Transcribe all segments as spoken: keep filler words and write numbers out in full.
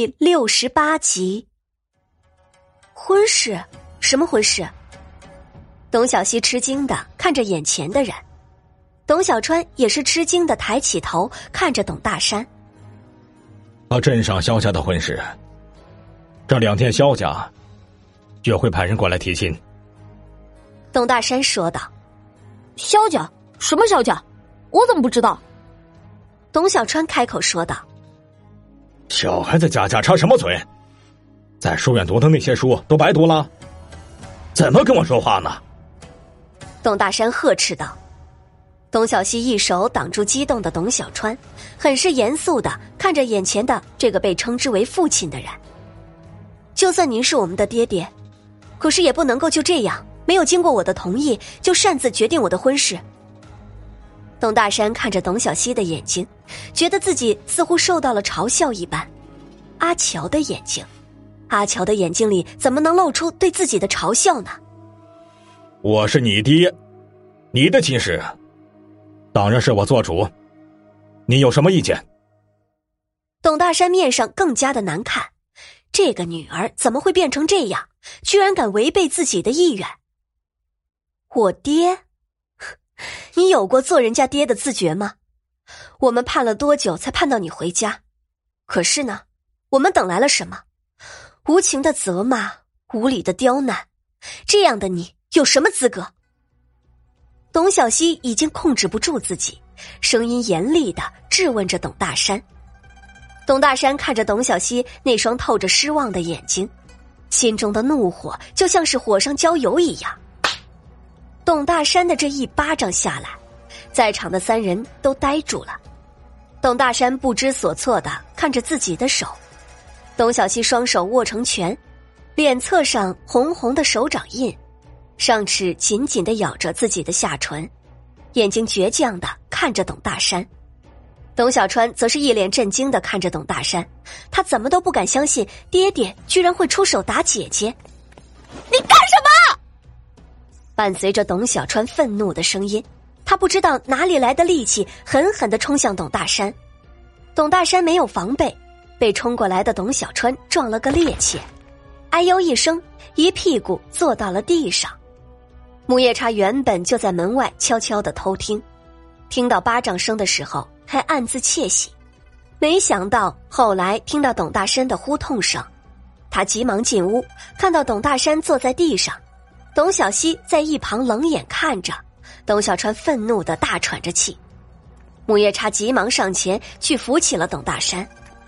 第六十八集。婚事？什么婚事？董小希吃惊地看着眼前的人，董小川也是吃惊地抬起头看着董大山。 和镇上萧家的婚事，这两天萧家就会派人过来提亲。 董大山说道。 萧家？什么萧家？我怎么不知道？ 董小川开口说道。 小孩子家家插什么嘴？在书院读的那些书都白读了？怎么跟我说话呢？ 董大山呵斥道。董小希一手挡住激动的董小川，很是严肃地看着眼前的这个被称之为父亲的人。就算您是我们的爹爹，可是也不能够就这样没有经过我的同意就擅自决定我的婚事。董大山看着董小希的眼睛，觉得自己似乎受到了嘲笑一般。阿乔的眼睛，阿乔的眼睛里怎么能露出对自己的嘲笑呢？ 我是你爹，你的亲事当然是我做主，你有什么意见？ 董大山面上更加的难看，这个女儿怎么会变成这样，居然敢违背自己的意愿？我爹？你有过做人家爹的自觉吗？我们盼了多久才盼到你回家？可是呢，我们等来了什么？无情的责骂，无理的刁难，这样的你有什么资格？董小希已经控制不住自己，声音严厉地质问着董大山。董大山看着董小希那双透着失望的眼睛，心中的怒火就像是火上浇油一样。董大山的这一巴掌下来，在场的三人都呆住了。董大山不知所措地看着自己的手，董小希双手握成拳，脸侧上红红的手掌印，上齿紧紧地咬着自己的下唇，眼睛倔强地看着董大山。董小川则是一脸震惊地看着董大山，他怎么都不敢相信爹爹居然会出手打姐姐。你干什么？伴随着董小川愤怒的声音，他不知道哪里来的力气，狠狠地冲向董大山。董大山没有防备，被冲过来的董小川撞了个趔趄，哎呦一声，一屁股坐到了地上。木叶叉原本就在门外悄悄地偷听，听到巴掌声的时候还暗自窃喜，没想到后来听到董大山的呼痛声，他急忙进屋，看到董大山坐在地上，董小希在一旁冷眼看着，董小川愤怒地大喘着气。木叶叉急忙上前去扶起了董大山。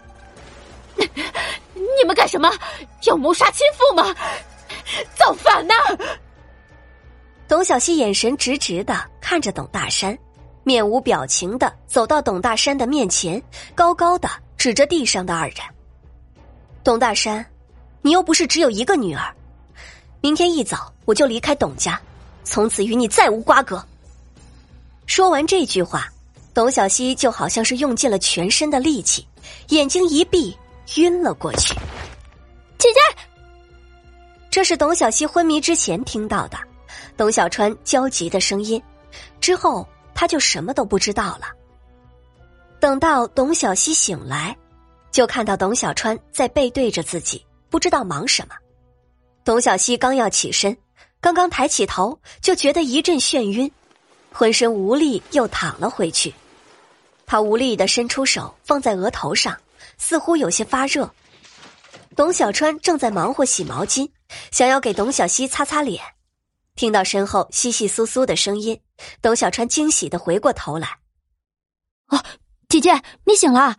你们干什么？要谋杀亲父吗？造反呐！ 董小希眼神直直地看着董大山，面无表情地走到董大山的面前，高高地指着地上的二人。董大山，你又不是只有一个女儿，明天一早我就离开董家，从此与你再无瓜葛。说完这句话，董小希就好像是用尽了全身的力气，眼睛一闭，晕了过去。 姐姐！ 这是董小希昏迷之前听到的董小川焦急的声音，之后他就什么都不知道了。等到董小希醒来，就看到董小川在背对着自己，不知道忙什么。董小希刚要起身，刚刚抬起头，就觉得一阵眩晕，浑身无力又躺了回去。他无力地伸出手放在额头上，似乎有些发热。董小川正在忙活洗毛巾，想要给董小希擦擦脸，听到身后窸窸窣窣的声音，董小川惊喜地回过头来。 哦，姐姐，你醒了。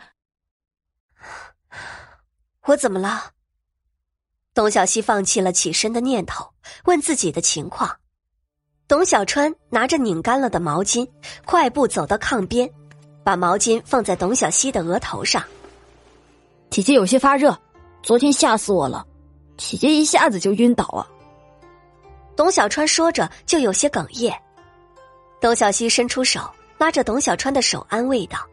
我怎么了？董小希放弃了起身的念头，问自己的情况。董小川拿着拧干了的毛巾，快步走到炕边，把毛巾放在董小希的额头上。 姐姐有些发热，昨天吓死我了，姐姐一下子就晕倒了。 董小川说着就有些哽咽。董小希伸出手拉着董小川的手安慰道：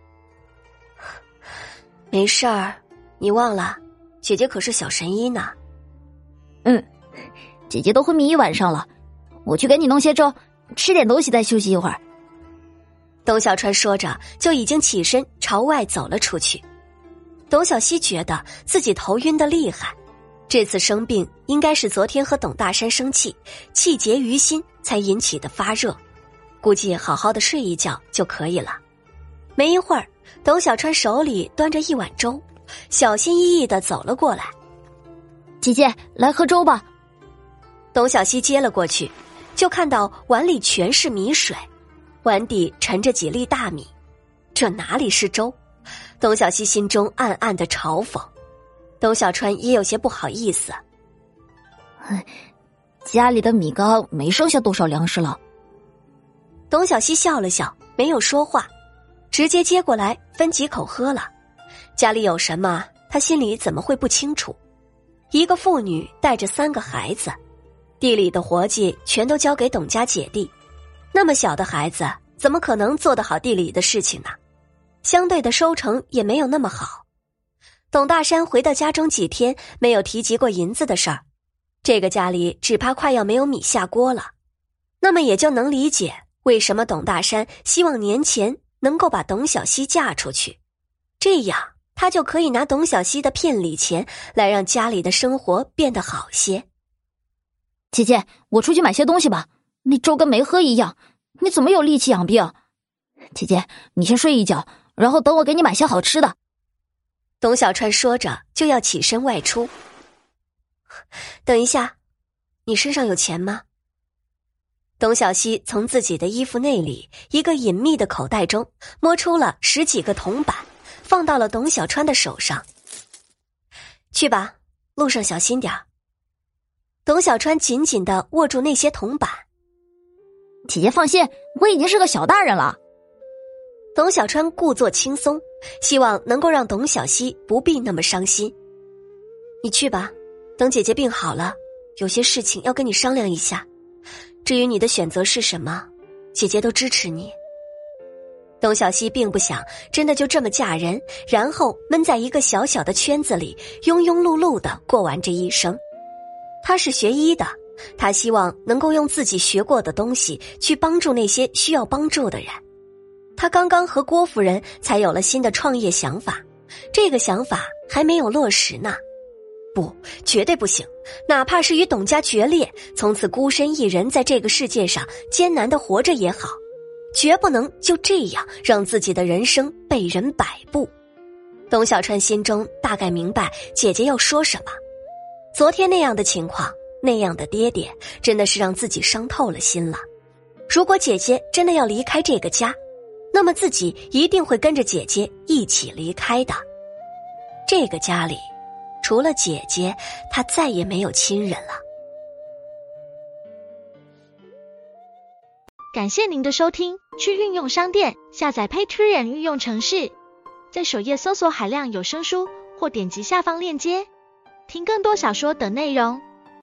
没事儿，你忘了姐姐可是小神医呢。 嗯，姐姐都昏迷一晚上了，我去给你弄些粥，吃点东西再休息一会儿。 董小川说着就已经起身朝外走了出去。 董小希觉得自己头晕得厉害，这次生病应该是昨天和董大山生气，气结于心才引起的发热，估计好好的睡一觉就可以了。没一会儿，董小川手里端着一碗粥，小心翼翼地走了过来。 姐姐，来喝粥吧。 董小希接了过去，就看到碗里全是米水，碗底盛着几粒大米，这哪里是粥？董小希心中暗暗的嘲讽，董小川也有些不好意思。 家里的米缸没剩下多少粮食了。 董小希笑了笑，没有说话，直接接过来分几口喝了。家里有什么，他心里怎么会不清楚？一个妇女带着三个孩子，地里的活计全都交给董家姐弟，那么小的孩子怎么可能做得好地里的事情呢？相对的收成也没有那么好。董大山回到家中几天，没有提及过银子的事儿，这个家里只怕快要没有米下锅了。那么也就能理解为什么董大山希望年前能够把董小希嫁出去，这样他就可以拿董小希的聘礼钱来让家里的生活变得好些。 姐姐，我出去买些东西吧，那粥跟没喝一样，你怎么有力气养病？姐姐，你先睡一觉，然后等我给你买些好吃的。 董小川说着就要起身外出。等一下，你身上有钱吗？董小希从自己的衣服内里一个隐秘的口袋中摸出了十几个铜板，放到了董小川的手上。去吧，路上小心点儿。董小川紧紧地握住那些铜板。 姐姐放心，我已经是个小大人了。 董小川故作轻松，希望能够让董小希不必那么伤心。你去吧，等姐姐病好了，有些事情要跟你商量一下。至于你的选择是什么，姐姐都支持你。董小希并不想真的就这么嫁人，然后闷在一个小小的圈子里，庸庸碌碌地过完这一生。她是学医的，她希望能够用自己学过的东西去帮助那些需要帮助的人。他刚刚和郭夫人才有了新的创业想法，这个想法还没有落实呢。不，绝对不行，哪怕是与董家决裂，从此孤身一人在这个世界上艰难地活着也好，绝不能就这样让自己的人生被人摆布。董小川心中大概明白姐姐要说什么，昨天那样的情况，那样的爹爹，真的是让自己伤透了心了。如果姐姐真的要离开这个家，那么自己一定会跟着姐姐一起离开的。这个家里，除了姐姐，她再也没有亲人了。 感谢您的收听，去运用商店下载 Patreon 运用程式，在首页搜索海量有声书，或点击下方链接听更多小说等内容。